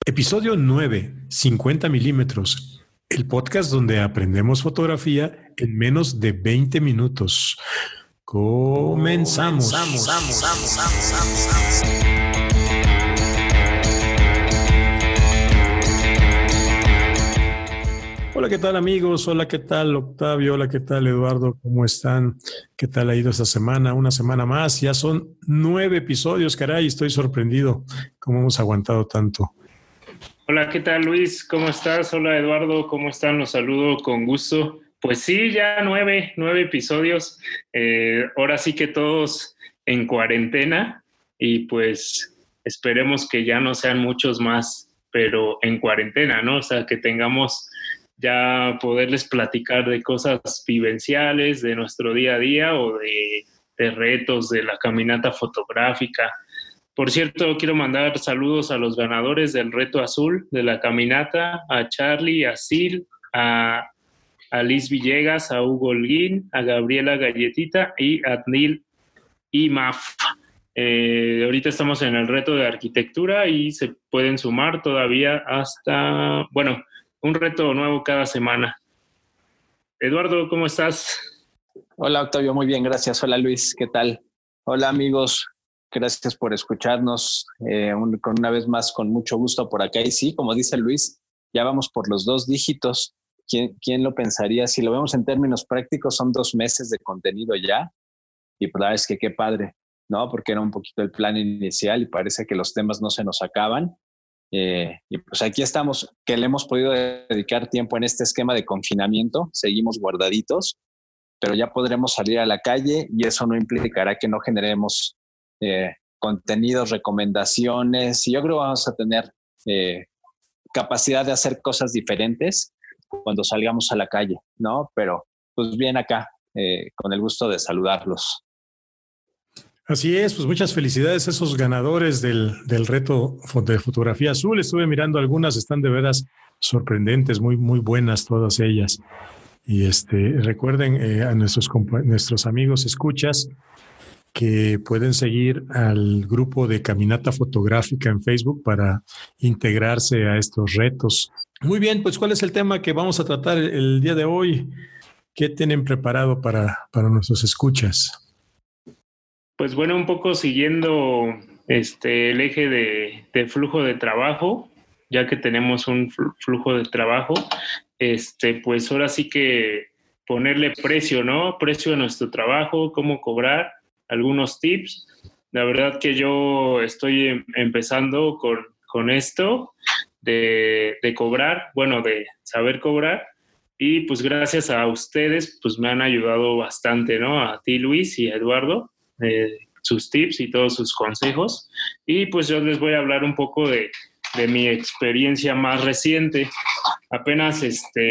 Episodio 9, 50 milímetros. El podcast donde aprendemos fotografía en menos de 20 minutos. Comenzamos. Hola, ¿qué tal amigos? Hola, ¿qué tal Octavio? Hola, ¿qué tal Eduardo? ¿Cómo están? ¿Qué tal ha ido esta semana? Una semana más. Ya son 9 episodios, caray. Estoy sorprendido cómo hemos aguantado tanto. Hola, ¿qué tal Luis? ¿Cómo estás? Hola Eduardo, ¿cómo están? Los saludo con gusto. Pues sí, ya nueve episodios. Ahora sí que todos en cuarentena y pues esperemos que ya no sean muchos más, pero en cuarentena, ¿no? O sea, que tengamos ya poderles platicar de cosas vivenciales, de nuestro día a día o de retos de la caminata fotográfica. Por cierto, quiero mandar saludos a los ganadores del reto azul de la caminata, a Charlie, a Sil, a Liz Villegas, a Hugo Holguín, a Gabriela Galletita y a Adnil y Maf. Ahorita estamos en el reto de arquitectura y se pueden sumar todavía hasta, bueno, un reto nuevo cada semana. Eduardo, ¿cómo estás? Hola Octavio, muy bien, gracias. Hola Luis, ¿qué tal? Hola amigos, gracias por escucharnos una vez más con mucho gusto por acá. Y sí, como dice Luis, ya vamos por los 2 dígitos. ¿Quién lo pensaría? Si lo vemos en términos prácticos, son 2 meses de contenido ya. Y pues la verdad es que qué padre, ¿no? Porque era un poquito el plan inicial y parece que los temas no se nos acaban. Y pues aquí estamos, que le hemos podido dedicar tiempo en este esquema de confinamiento. Seguimos guardaditos, pero ya podremos salir a la calle y eso no implicará que no generemos contenidos, recomendaciones. Y yo creo que vamos a tener capacidad de hacer cosas diferentes cuando salgamos a la calle, ¿no? Pero pues bien acá, con el gusto de saludarlos. Así es, pues muchas felicidades a esos ganadores del reto de fotografía azul. Estuve mirando algunas, están de veras sorprendentes, muy buenas todas ellas. Y recuerden a nuestros amigos escuchas que pueden seguir al grupo de Caminata Fotográfica en Facebook para integrarse a estos retos. Muy bien, pues ¿cuál es el tema que vamos a tratar el día de hoy? ¿Qué tienen preparado para nuestros escuchas? Pues bueno, un poco siguiendo el eje de flujo de trabajo, ya que tenemos un flujo de trabajo, pues ahora sí que ponerle precio, ¿no? Precio a nuestro trabajo, cómo cobrar, algunos tips. La verdad que yo estoy empezando con esto de cobrar, bueno, de saber cobrar. Y pues gracias a ustedes, pues me han ayudado bastante, ¿no? A ti, Luis, y a Eduardo. Sus tips y todos sus consejos, y pues yo les voy a hablar un poco de mi experiencia más reciente. Apenas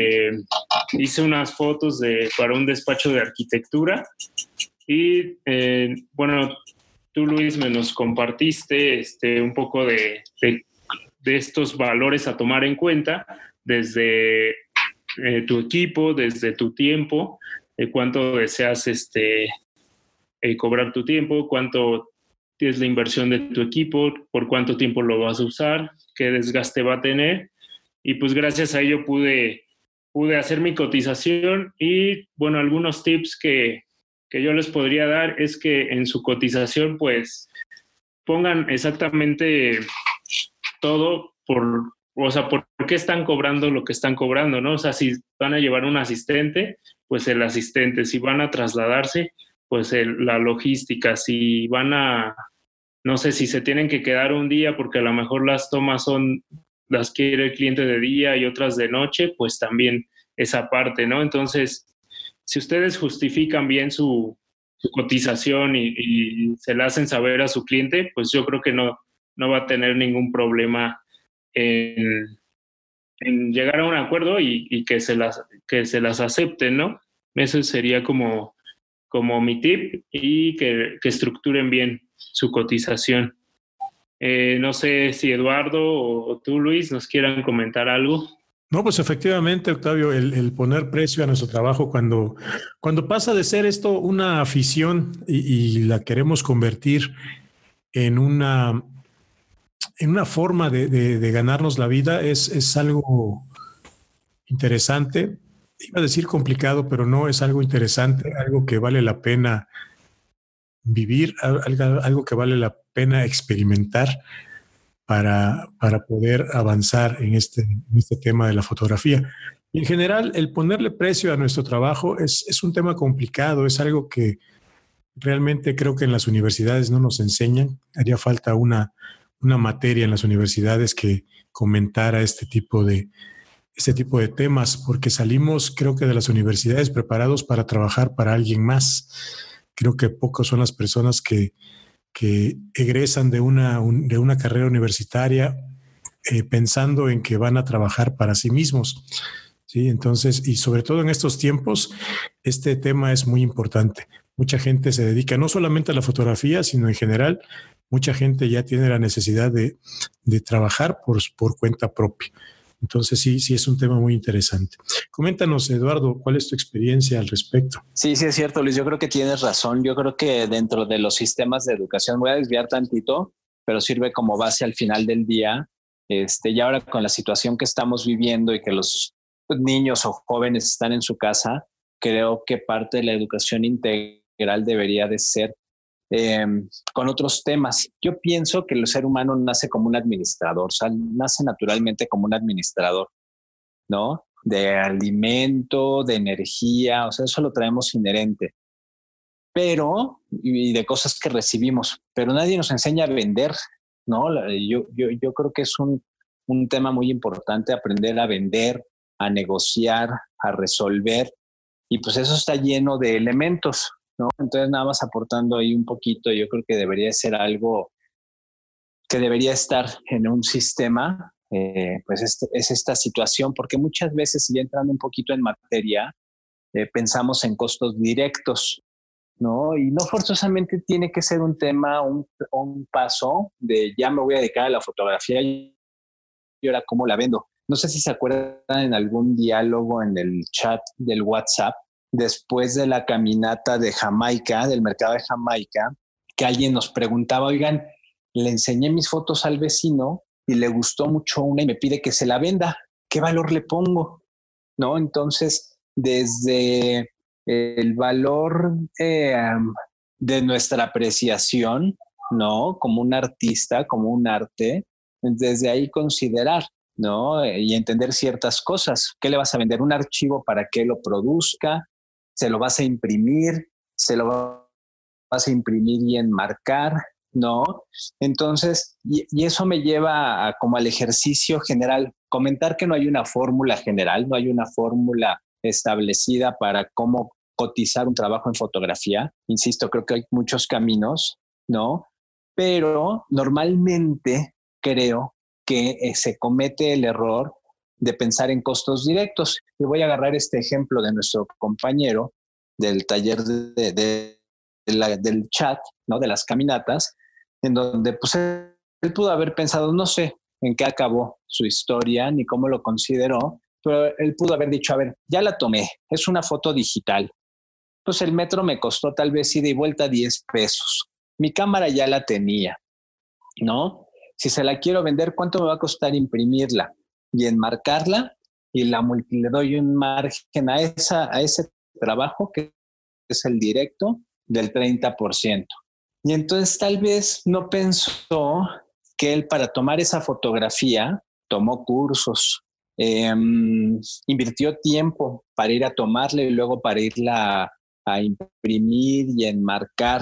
hice unas fotos para un despacho de arquitectura y bueno, tú Luis me nos compartiste un poco de estos valores a tomar en cuenta desde tu equipo, desde tu tiempo, cuánto deseas cobrar tu tiempo, cuánto es la inversión de tu equipo, por cuánto tiempo lo vas a usar, qué desgaste va a tener. Y pues gracias a ello pude hacer mi cotización y bueno, algunos tips que yo les podría dar es que en su cotización pues pongan exactamente todo por qué están cobrando lo que están cobrando, ¿no? O sea, si van a llevar un asistente, pues el asistente, si van a trasladarse, pues la logística, si van a, no sé, si se tienen que quedar un día porque a lo mejor las tomas las quiere el cliente de día y otras de noche, pues también esa parte, ¿no? Entonces, si ustedes justifican bien su cotización y se la hacen saber a su cliente, pues yo creo que no va a tener ningún problema en llegar a un acuerdo y que se las acepten, ¿no? Eso sería como mi tip, y que estructuren bien su cotización. No sé si Eduardo o tú, Luis, nos quieran comentar algo. No, pues efectivamente, Octavio, el poner precio a nuestro trabajo cuando pasa de ser esto una afición y la queremos convertir en una en una forma de ganarnos la vida es algo interesante. Iba a decir complicado, pero no, es algo interesante, algo que vale la pena vivir, algo que vale la pena experimentar para poder avanzar en este tema de la fotografía. Y en general, el ponerle precio a nuestro trabajo es un tema complicado, es algo que realmente creo que en las universidades no nos enseñan. Haría falta una materia en las universidades que comentara este tipo de temas, porque salimos, creo que de las universidades preparados para trabajar para alguien más. Creo que pocos son las personas que egresan de una carrera universitaria pensando en que van a trabajar para sí mismos. Sí, entonces, y sobre todo en estos tiempos, este tema es muy importante. Mucha gente se dedica no solamente a la fotografía, sino en general, mucha gente ya tiene la necesidad de trabajar por cuenta propia. Entonces sí es un tema muy interesante. Coméntanos, Eduardo, ¿cuál es tu experiencia al respecto? Sí, es cierto, Luis. Yo creo que tienes razón. Yo creo que dentro de los sistemas de educación, voy a desviar tantito, pero sirve como base al final del día. Y ahora con la situación que estamos viviendo y que los niños o jóvenes están en su casa, creo que parte de la educación integral debería de ser con otros temas. Yo pienso que el ser humano nace como un administrador, o sea, nace naturalmente como un administrador, ¿no? De alimento, de energía, o sea, eso lo traemos inherente, pero, y de cosas que recibimos, pero nadie nos enseña a vender, ¿no? Yo creo que es un tema muy importante aprender a vender, a negociar, a resolver, y pues eso está lleno de elementos, ¿no? Entonces, nada más aportando ahí un poquito, yo creo que debería ser algo que debería estar en un sistema, pues es esta situación, porque muchas veces, ya entrando un poquito en materia, pensamos en costos directos, ¿no? Y no forzosamente tiene que ser un tema, un paso de ya me voy a dedicar a la fotografía y ahora cómo la vendo. No sé si se acuerdan en algún diálogo en el chat del WhatsApp, después de la caminata de Jamaica, del mercado de Jamaica, que alguien nos preguntaba, oigan, le enseñé mis fotos al vecino y le gustó mucho una y me pide que se la venda. ¿Qué valor le pongo? ¿No? Entonces, desde el valor de nuestra apreciación, ¿no? Como un artista, como un arte, desde ahí considerar, ¿no? Y entender ciertas cosas. ¿Qué le vas a vender? ¿Un archivo para que lo produzca? ¿Se lo vas a imprimir? ¿Se lo vas a imprimir y enmarcar? ¿No? Entonces, y eso me lleva como al ejercicio general, comentar que no hay una fórmula general, no hay una fórmula establecida para cómo cotizar un trabajo en fotografía. Insisto, creo que hay muchos caminos, ¿no? Pero normalmente creo que se comete el error de pensar en costos directos. Y voy a agarrar este ejemplo de nuestro compañero del taller del chat, ¿no? De las caminatas, en donde pues él pudo haber pensado, no sé en qué acabó su historia ni cómo lo consideró, pero él pudo haber dicho, a ver, ya la tomé, es una foto digital. Pues el metro me costó tal vez ida y vuelta 10 pesos. Mi cámara ya la tenía, ¿no? Si se la quiero vender, ¿cuánto me va a costar imprimirla y enmarcarla? Y le doy un margen a ese trabajo que es el directo del 30%. Y entonces tal vez no pensó que él para tomar esa fotografía tomó cursos, invirtió tiempo para ir a tomarla y luego para irla a imprimir y enmarcar.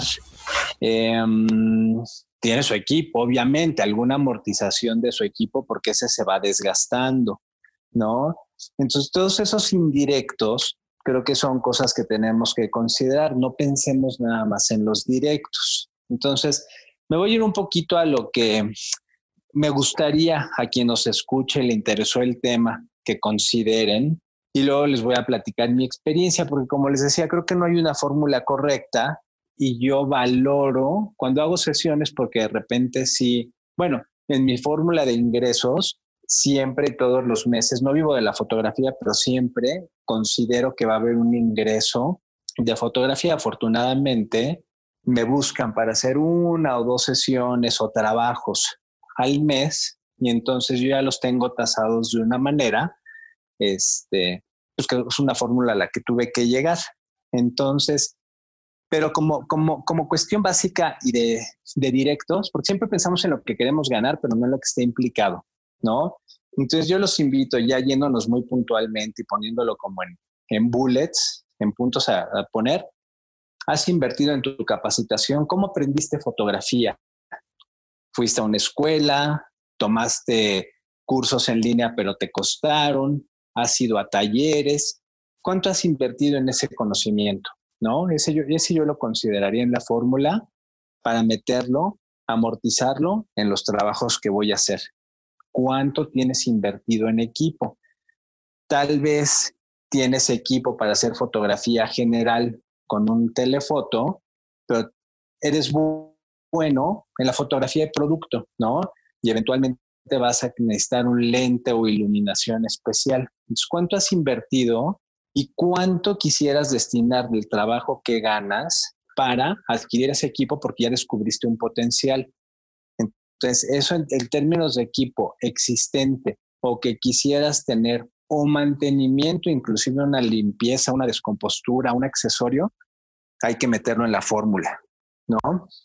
Tiene su equipo, obviamente, alguna amortización de su equipo porque ese se va desgastando, ¿no? Entonces todos esos indirectos creo que son cosas que tenemos que considerar. No pensemos nada más en los directos. Entonces, me voy a ir un poquito a lo que me gustaría a quien nos escuche le interesó el tema que consideren y luego les voy a platicar mi experiencia porque como les decía, creo que no hay una fórmula correcta y yo valoro cuando hago sesiones porque de repente sí, bueno, en mi fórmula de ingresos siempre todos los meses, no vivo de la fotografía, pero siempre considero que va a haber un ingreso de fotografía. Afortunadamente, me buscan para hacer una o dos sesiones o trabajos al mes y entonces yo ya los tengo tasados de una manera, pues que es una fórmula a la que tuve que llegar. Entonces, pero como cuestión básica y de directos, porque siempre pensamos en lo que queremos ganar, pero no en lo que esté implicado, ¿no? Entonces yo los invito, ya yéndonos muy puntualmente y poniéndolo como en bullets, en puntos a poner. ¿Has invertido en tu capacitación? ¿Cómo aprendiste fotografía? ¿Fuiste a una escuela? ¿Tomaste cursos en línea pero te costaron? ¿Has ido a talleres? ¿Cuánto has invertido en ese conocimiento? ¿No? Ese yo lo consideraría en la fórmula para meterlo, amortizarlo en los trabajos que voy a hacer. ¿Cuánto tienes invertido en equipo? Tal vez tienes equipo para hacer fotografía general con un telefoto, pero eres bueno en la fotografía de producto, ¿no? Y eventualmente vas a necesitar un lente o iluminación especial. Entonces, ¿cuánto has invertido y cuánto quisieras destinar del trabajo que ganas para adquirir ese equipo porque ya descubriste un potencial? Entonces, eso en términos de equipo existente o que quisieras tener o mantenimiento, inclusive una limpieza, una descompostura, un accesorio, hay que meterlo en la fórmula, ¿no?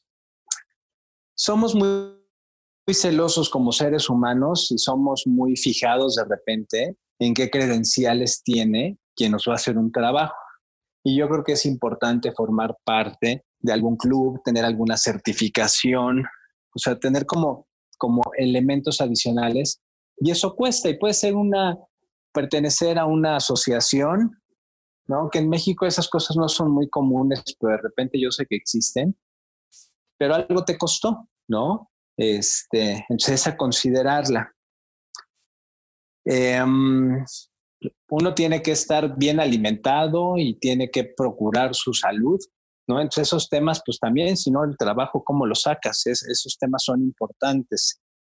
Somos muy celosos como seres humanos y somos muy fijados de repente en qué credenciales tiene quien nos va a hacer un trabajo. Y yo creo que es importante formar parte de algún club, tener alguna certificación, o sea, tener como elementos adicionales. Y eso cuesta y puede ser pertenecer a una asociación, ¿no? Que en México esas cosas no son muy comunes, pero de repente yo sé que existen, pero algo te costó, ¿no? Entonces a considerarla. Uno tiene que estar bien alimentado y tiene que procurar su salud, ¿no? Entonces esos temas, pues también, si no el trabajo, ¿cómo lo sacas? Esos temas son importantes.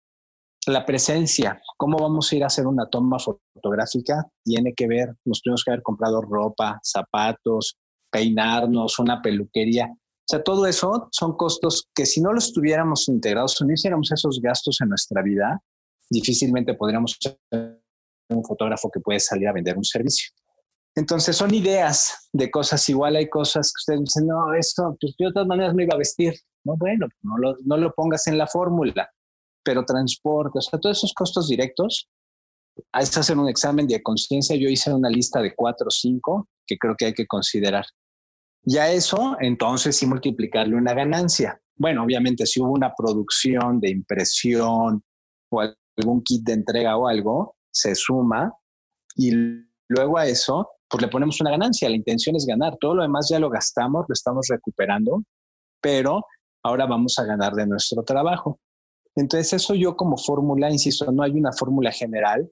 La presencia, ¿cómo vamos a ir a hacer una toma fotográfica? Tiene que ver, nos tuvimos que haber comprado ropa, zapatos, peinarnos, una peluquería. O sea, todo eso son costos que si no los tuviéramos integrados, si no hiciéramos esos gastos en nuestra vida, difícilmente podríamos ser un fotógrafo que puede salir a vender un servicio. Entonces son ideas de cosas. Igual hay cosas que ustedes dicen, no, eso, pues de otras maneras me iba a vestir. No, bueno, no lo pongas en la fórmula, pero transporte, o sea, todos esos costos directos, hay que hacer un examen de conciencia. Yo hice una lista de 4 o 5 que creo que hay que considerar. Ya eso, entonces sí multiplicarle una ganancia. Bueno, obviamente si hubo una producción de impresión o algún kit de entrega o algo, se suma y luego a eso, pues le ponemos una ganancia. La intención es ganar. Todo lo demás ya lo gastamos, lo estamos recuperando, pero ahora vamos a ganar de nuestro trabajo. Entonces eso yo como fórmula, insisto, no hay una fórmula general,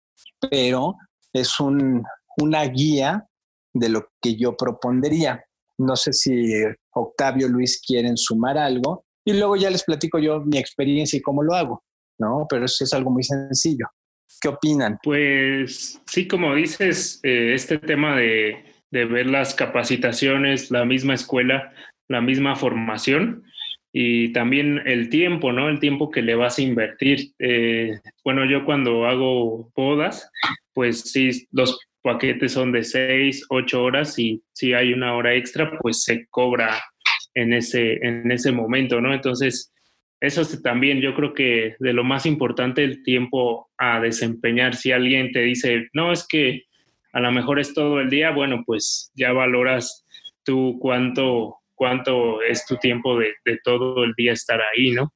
pero es una guía de lo que yo propondría. No sé si Octavio, Luis quieren sumar algo y luego ya les platico yo mi experiencia y cómo lo hago, ¿no? Pero eso es algo muy sencillo. ¿Qué opinan? Pues sí, como dices, este tema de ver las capacitaciones, la misma escuela, la misma formación y también el tiempo, ¿no? El tiempo que le vas a invertir. Bueno, yo cuando hago bodas, pues sí, los paquetes son de 6, 8 horas y si hay una hora extra, pues se cobra en ese momento, ¿no? Entonces, eso también yo creo que de lo más importante el tiempo a desempeñar. Si alguien te dice, no, es que a lo mejor es todo el día, bueno, pues ya valoras tú cuánto es tu tiempo de todo el día estar ahí, ¿no?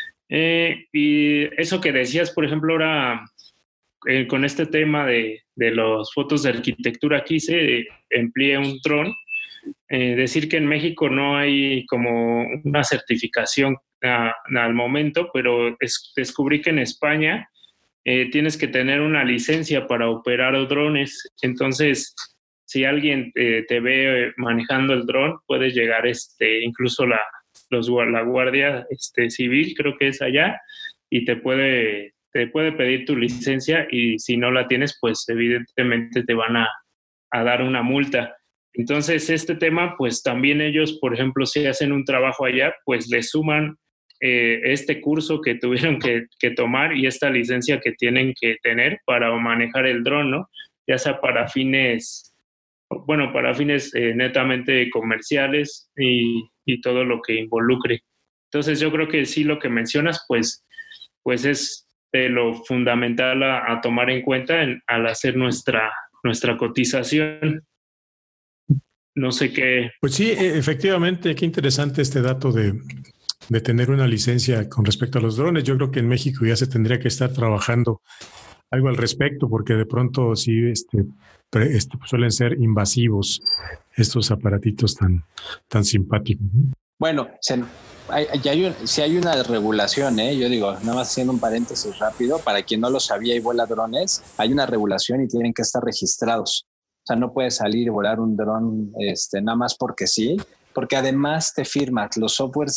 Y eso que decías, por ejemplo, ahora con este tema de las fotos de arquitectura, aquí se emplea un dron. Decir que en México no hay como una certificación al momento, pero descubrí que en España tienes que tener una licencia para operar drones. Entonces, si alguien te ve manejando el dron, puedes llegar incluso la guardia civil, creo que es allá, y te puede pedir tu licencia y si no la tienes, pues evidentemente te van a dar una multa. Entonces, este tema, pues también ellos, por ejemplo, si hacen un trabajo allá, pues le suman este curso que tuvieron que tomar y esta licencia que tienen que tener para manejar el dron, ¿no? Ya sea para fines netamente comerciales y todo lo que involucre. Entonces yo creo que sí, lo que mencionas, pues es de lo fundamental a tomar en cuenta al hacer nuestra cotización. No sé qué. Pues sí, efectivamente, qué interesante este dato de tener una licencia con respecto a los drones. Yo creo que en México ya se tendría que estar trabajando algo al respecto, porque de pronto sí suelen ser invasivos estos aparatitos tan simpáticos. Bueno, sí hay una regulación, ¿eh? Yo digo, nada más haciendo un paréntesis rápido, para quien no lo sabía y vuela drones, hay una regulación y tienen que estar registrados. O sea, no puedes salir y volar un dron nada más porque sí, porque además te firmas, los softwares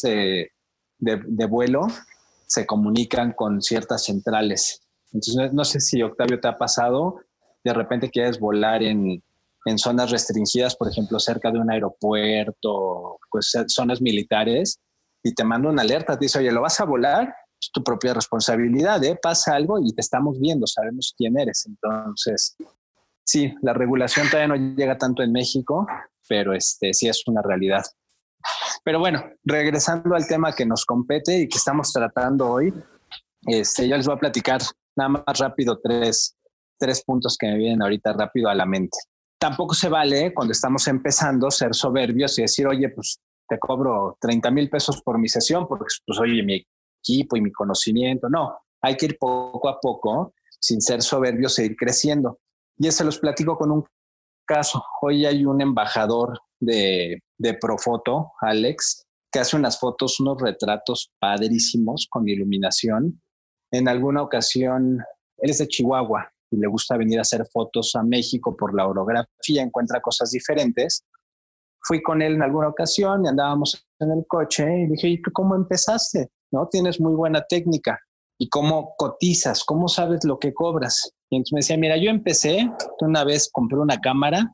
de vuelo se comunican con ciertas centrales. Entonces, no sé si, Octavio, te ha pasado, de repente quieres volar en zonas restringidas, por ejemplo, cerca de un aeropuerto, pues zonas militares, y te manda una alerta, te dice, oye, ¿lo vas a volar? Es tu propia responsabilidad, ¿eh? Pasa algo y te estamos viendo, sabemos quién eres. Entonces, sí, la regulación todavía no llega tanto en México, pero sí es una realidad. Pero bueno, regresando al tema que nos compete y que estamos tratando hoy, yo les voy a platicar nada más rápido tres puntos que me vienen ahorita rápido a la mente. Tampoco se vale cuando estamos empezando ser soberbios y decir, oye, pues te cobro 30,000 pesos por mi sesión porque, pues, oye, mi equipo y mi conocimiento. No, hay que ir poco a poco sin ser soberbios e ir creciendo. Y se los platico con un caso. Hoy hay un embajador de Profoto, Alex, que hace unas fotos, unos retratos padrísimos con iluminación. En alguna ocasión, él es de Chihuahua y le gusta venir a hacer fotos a México por la orografía, encuentra cosas diferentes. Fui con él en alguna ocasión y andábamos en el coche y dije, ¿y tú cómo empezaste? ¿No? Tienes muy buena técnica. ¿Y cómo cotizas? ¿Cómo sabes lo que cobras? Y entonces me decía, mira, yo empecé, una vez compré una cámara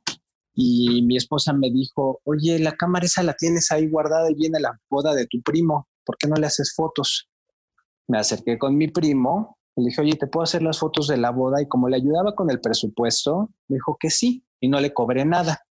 y mi esposa me dijo, oye, la cámara esa la tienes ahí guardada y viene la boda de tu primo, ¿por qué no le haces fotos? Me acerqué con mi primo, le dije, oye, ¿te puedo hacer las fotos de la boda? Y como le ayudaba con el presupuesto, me dijo que sí, y no le cobré nada.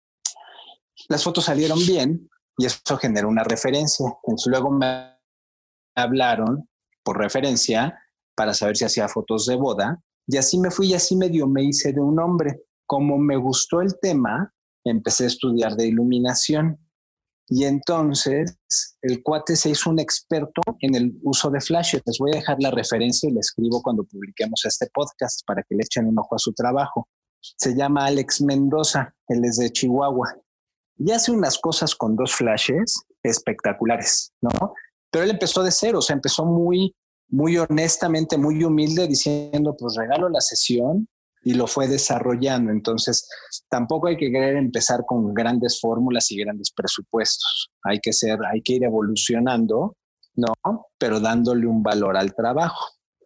Las fotos salieron bien y eso generó una referencia. Entonces luego me hablaron por referencia para saber si hacía fotos de boda, y así me fui y así me hice de un hombre. Como me gustó el tema, empecé a estudiar de iluminación. Y entonces el cuate se hizo un experto en el uso de flashes. Les voy a dejar la referencia y la escribo cuando publiquemos este podcast para que le echen un ojo a su trabajo. Se llama Alex Mendoza, él es de Chihuahua. Y hace unas cosas con 2 flashes espectaculares, ¿no? Pero él empezó de cero, o sea, empezó muy, muy honestamente, muy humilde, diciendo, pues regalo la sesión, y lo fue desarrollando. Entonces, tampoco hay que querer empezar con grandes fórmulas y grandes presupuestos. Hay que ir evolucionando, ¿no? Pero dándole un valor al trabajo.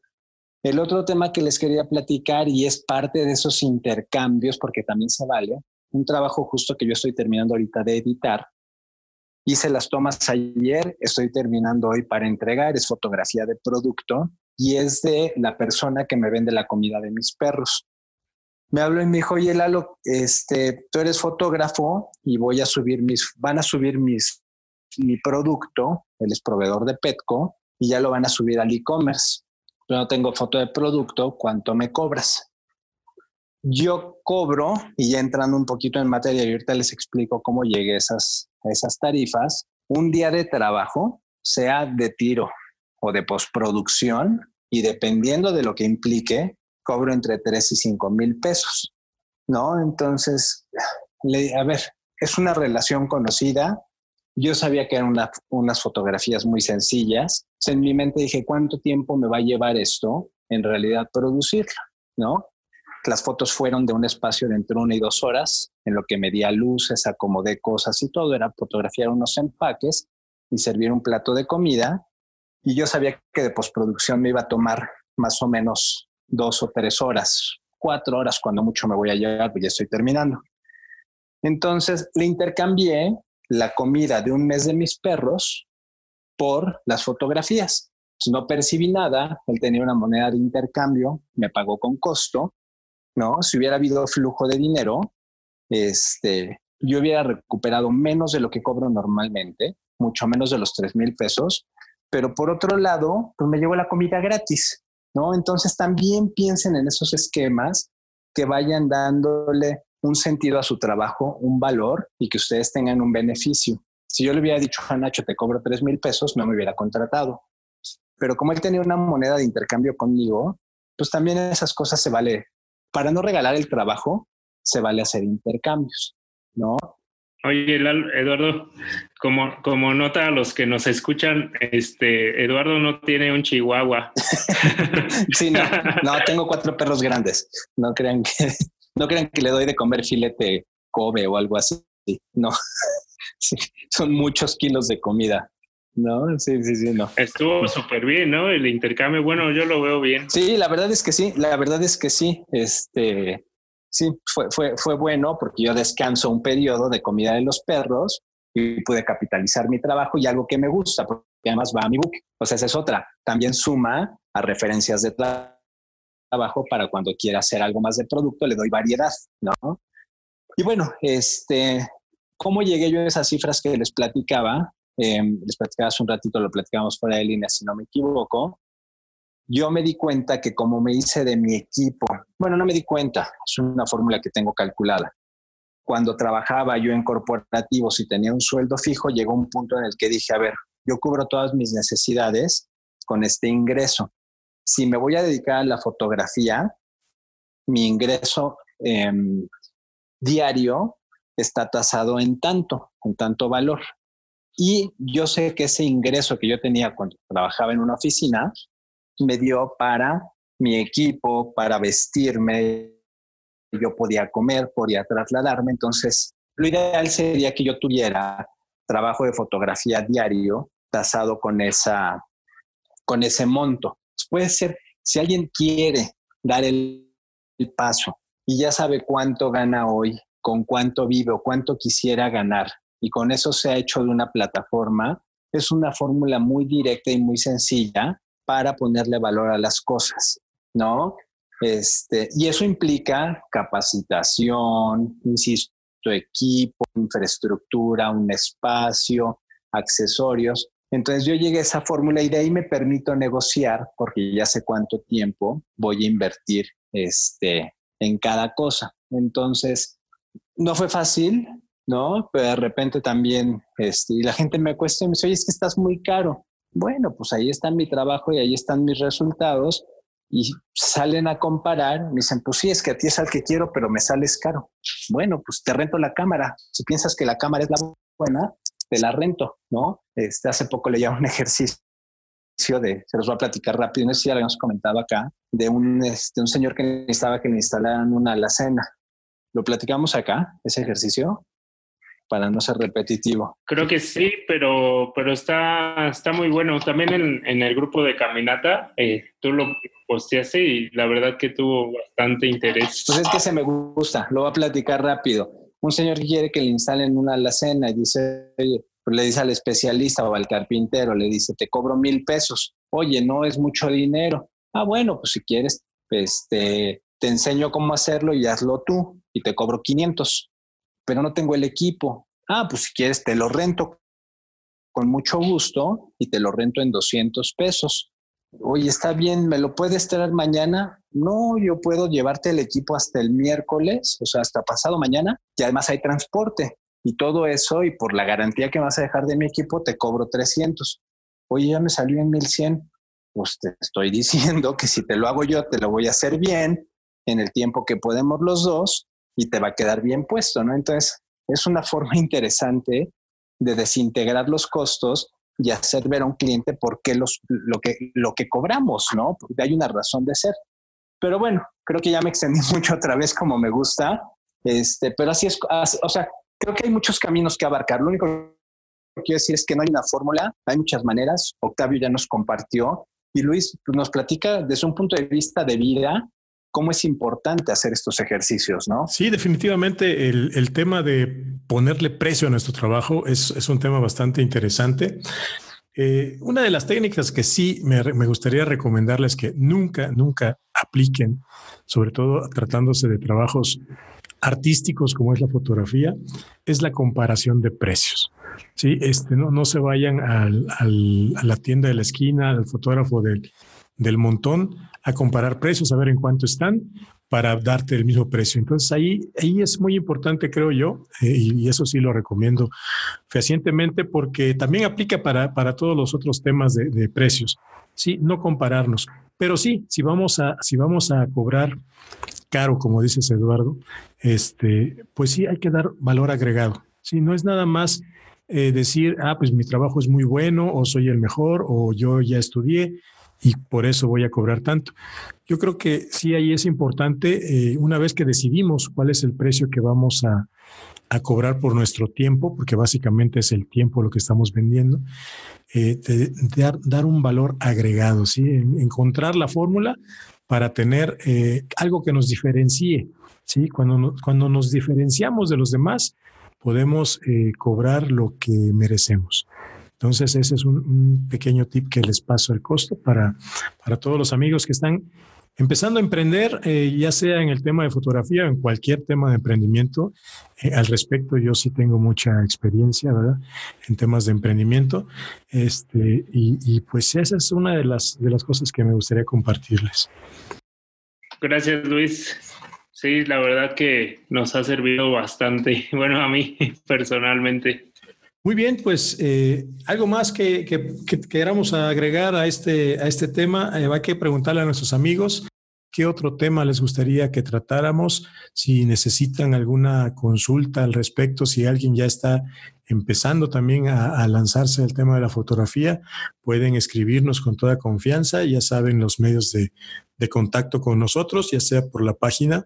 El otro tema que les quería platicar, y es parte de esos intercambios, porque también se vale, un trabajo justo que yo estoy terminando ahorita de editar. Hice las tomas ayer, estoy terminando hoy para entregar, es fotografía de producto y es de la persona que me vende la comida de mis perros. Me habló y me dijo, oye, Lalo, tú eres fotógrafo y van a subir mi producto, él es proveedor de Petco, y ya lo van a subir al e-commerce. Yo no tengo foto de producto, ¿cuánto me cobras? Yo cobro, y ya entrando un poquito en materia, y ahorita les explico cómo llegué a esas tarifas, un día de trabajo, sea de tiro o de postproducción, y dependiendo de lo que implique, cobro entre 3 y 5 mil pesos, ¿no? Entonces, a ver, es una relación conocida. Yo sabía que eran unas fotografías muy sencillas. En mi mente dije, ¿cuánto tiempo me va a llevar esto en realidad producirlo, ¿no? Las fotos fueron de un espacio de entre 1 y 2 horas, en lo que medía luces, acomodé cosas y todo. Era fotografiar unos empaques y servir un plato de comida. Y yo sabía que de postproducción me iba a tomar más o menos 2 o 3 horas, 4 horas cuando mucho me voy a llegar, pues ya estoy terminando. Entonces le intercambié la comida de un mes de mis perros por las fotografías. Pues no percibí nada, él tenía una moneda de intercambio, me pagó con costo, ¿no? Si hubiera habido flujo de dinero, yo hubiera recuperado menos de lo que cobro normalmente, mucho menos de los 3,000 pesos, pero por otro lado, pues me llevo la comida gratis, ¿no? Entonces también piensen en esos esquemas que vayan dándole un sentido a su trabajo, un valor y que ustedes tengan un beneficio. Si yo le hubiera dicho a Nacho, te cobro 3,000 pesos, no me hubiera contratado. Pero como él tenía una moneda de intercambio conmigo, pues también esas cosas se vale. Para no regalar el trabajo, se vale hacer intercambios, ¿no? Oye, Eduardo, como nota a los que nos escuchan, Eduardo no tiene un chihuahua. Sí, no, tengo 4 perros grandes. No crean que le doy de comer filete Kobe o algo así. No, sí, son muchos kilos de comida. No, sí, no. Estuvo súper bien, ¿no? El intercambio, bueno, yo lo veo bien. Sí, la verdad es que sí. Sí, fue bueno porque yo descanso un periodo de comida de los perros y pude capitalizar mi trabajo y algo que me gusta, porque además va a mi book. O sea, esa es otra. También suma a referencias de trabajo para cuando quiera hacer algo más de producto, le doy variedad, ¿no? Y bueno, ¿cómo llegué yo a esas cifras que les platicaba? Les platicaba hace un ratito, lo platicamos fuera de línea, si no me equivoco. Yo me di cuenta que como me hice de mi equipo, bueno, no me di cuenta, es una fórmula que tengo calculada. Cuando trabajaba yo en corporativos y tenía un sueldo fijo, llegó un punto en el que dije, a ver, yo cubro todas mis necesidades con este ingreso. Si me voy a dedicar a la fotografía, mi ingreso diario está tasado en tanto valor. Y yo sé que ese ingreso que yo tenía cuando trabajaba en una oficina me dio para mi equipo, para vestirme, yo podía comer, podía trasladarme. Entonces, lo ideal sería que yo tuviera trabajo de fotografía diario tasado con ese monto. Pues puede ser, si alguien quiere dar el paso y ya sabe cuánto gana hoy, con cuánto vive o cuánto quisiera ganar, y con eso se ha hecho de una plataforma, es una fórmula muy directa y muy sencilla para ponerle valor a las cosas, ¿no? Y eso implica capacitación, insisto, equipo, infraestructura, un espacio, accesorios. Entonces yo llegué a esa fórmula y de ahí me permito negociar porque ya sé cuánto tiempo voy a invertir en cada cosa. Entonces, no fue fácil, ¿no? Pero de repente también, y la gente me cuestiona y me dice, oye, es que estás muy caro. Bueno, pues ahí está mi trabajo y ahí están mis resultados y salen a comparar, me dicen, pues sí, es que a ti es al que quiero, pero me sales caro. Bueno, pues te rento la cámara. Si piensas que la cámara es la buena, te la rento, ¿no? Hace poco leía un ejercicio se los voy a platicar rápido, no sé si ya lo habíamos comentado acá, de un señor que necesitaba que le instalaran una alacena. ¿Lo platicamos acá, ese ejercicio? Para no ser repetitivo. Creo que sí, pero está muy bueno. También en el grupo de caminata, tú lo posteaste y la verdad que tuvo bastante interés. Pues es que se me gusta, lo voy a platicar rápido. Un señor que quiere que le instalen una alacena y dice, oye, pues le dice al especialista o al carpintero, le dice, te cobro 1,000 pesos. Oye, no es mucho dinero. Ah, bueno, pues si quieres, te enseño cómo hacerlo y hazlo tú y te cobro 500. Pero no tengo el equipo. Ah, pues si quieres te lo rento con mucho gusto y te lo rento en 200 pesos. Oye, está bien, ¿me lo puedes traer mañana? No, yo puedo llevarte el equipo hasta el miércoles, o sea, hasta pasado mañana, y además hay transporte y todo eso, y por la garantía que me vas a dejar de mi equipo te cobro 300. Oye, ya me salió en 1,100. Pues te estoy diciendo que si te lo hago yo, te lo voy a hacer bien en el tiempo que podemos los dos y te va a quedar bien puesto, ¿no? Entonces, es una forma interesante de desintegrar los costos y hacer ver a un cliente por qué lo que cobramos, ¿no? Porque hay una razón de ser. Pero bueno, creo que ya me extendí mucho otra vez como me gusta, pero así es, o sea, creo que hay muchos caminos que abarcar. Lo único que quiero decir es que no hay una fórmula, hay muchas maneras. Octavio ya nos compartió y Luis nos platica desde un punto de vista de vida cómo es importante hacer estos ejercicios, ¿no? Sí, definitivamente el tema de ponerle precio a nuestro trabajo es un tema bastante interesante. Una de las técnicas que sí me gustaría recomendarles que nunca apliquen, sobre todo tratándose de trabajos artísticos como es la fotografía, es la comparación de precios. Sí, no se vayan a la tienda de la esquina, al fotógrafo del montón, a comparar precios, a ver en cuánto están para darte el mismo precio. Entonces ahí es muy importante, creo yo, y eso sí lo recomiendo fehacientemente porque también aplica para todos los otros temas de precios. Sí, no compararnos, pero sí, si vamos a cobrar caro, como dices, Eduardo, pues sí hay que dar valor agregado. Sí, no es nada más decir, pues mi trabajo es muy bueno, o soy el mejor, o yo ya estudié y por eso voy a cobrar tanto. Yo creo que sí ahí es importante, una vez que decidimos cuál es el precio que vamos a cobrar por nuestro tiempo, porque básicamente es el tiempo lo que estamos vendiendo, dar un valor agregado, ¿sí? Encontrar la fórmula para tener algo que nos diferencie, ¿sí? Cuando nos diferenciamos de los demás, podemos cobrar lo que merecemos. Entonces, ese es un pequeño tip que les paso al costo para todos los amigos que están empezando a emprender, ya sea en el tema de fotografía o en cualquier tema de emprendimiento. Al respecto, yo sí tengo mucha experiencia, ¿verdad? En temas de emprendimiento. Y pues esa es una de las cosas que me gustaría compartirles. Gracias, Luis. Sí, la verdad que nos ha servido bastante. Bueno, a mí personalmente. Muy bien, pues algo más que queramos agregar a este tema. Hay que preguntarle a nuestros amigos qué otro tema les gustaría que tratáramos, si necesitan alguna consulta al respecto, si alguien ya está empezando también a lanzarse al tema de la fotografía, pueden escribirnos con toda confianza. Ya saben los medios de contacto con nosotros, ya sea por la página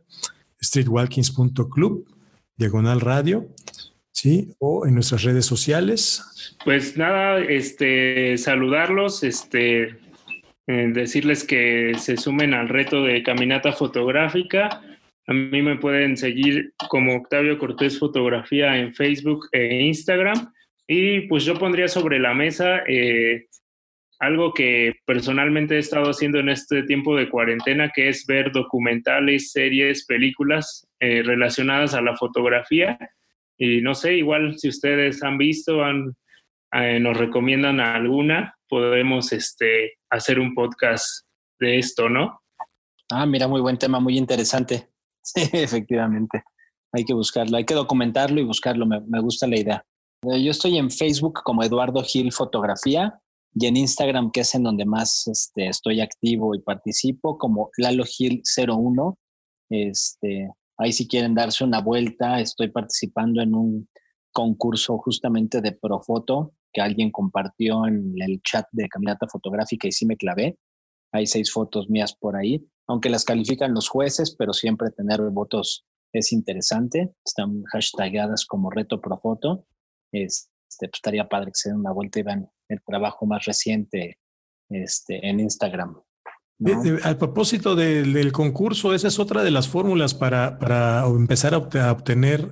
streetwalkings.club/radio. Sí, o en nuestras redes sociales. Pues nada, saludarlos, decirles que se sumen al reto de caminata fotográfica. A mí me pueden seguir como Octavio Cortés Fotografía en Facebook e Instagram. Y pues yo pondría sobre la mesa algo que personalmente he estado haciendo en este tiempo de cuarentena, que es ver documentales, series, películas relacionadas a la fotografía. Y no sé, igual si ustedes han visto, nos recomiendan alguna, podemos hacer un podcast de esto, ¿no? Mira, muy buen tema, muy interesante. Sí, efectivamente. Hay que buscarlo, hay que documentarlo y buscarlo. Me gusta la idea. Yo estoy en Facebook como Eduardo Gil Fotografía y en Instagram, que es en donde más estoy activo y participo, como Lalo Gil 01. Ahí si quieren darse una vuelta, estoy participando en un concurso justamente de Profoto que alguien compartió en el chat de Caminata Fotográfica y sí me clavé. Hay 6 fotos mías por ahí, aunque las califican los jueces, pero siempre tener votos es interesante. Están hashtagadas como Reto Profoto. Pues estaría padre que se den una vuelta y vean el trabajo más reciente en Instagram. ¿No? Al propósito del concurso, esa es otra de las fórmulas para empezar a obtener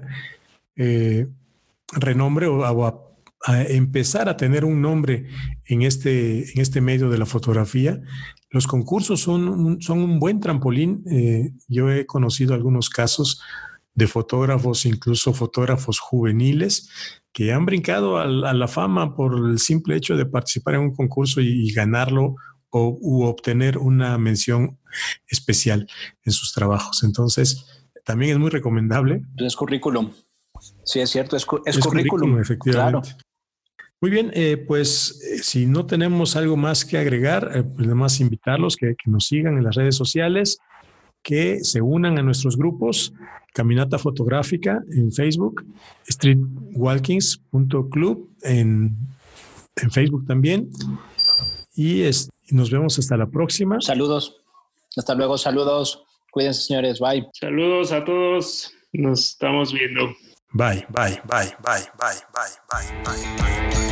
renombre o a empezar a tener un nombre en este medio de la fotografía. Los concursos son un buen trampolín. Yo he conocido algunos casos de fotógrafos, incluso fotógrafos juveniles, que han brincado a la fama por el simple hecho de participar en un concurso y ganarlo u obtener una mención especial en sus trabajos. Entonces, también es muy recomendable. Es currículum. Sí, es cierto, es currículum. Efectivamente. Claro. Muy bien, pues si no tenemos algo más que agregar, pues nada más invitarlos que nos sigan en las redes sociales, que se unan a nuestros grupos, Caminata Fotográfica en Facebook, streetwalkings.club en Facebook también. Y nos vemos hasta la próxima. Saludos. Hasta luego, saludos. Cuídense, señores. Bye. Saludos a todos. Nos estamos viendo. Bye, bye, bye, bye, bye, bye, bye, bye.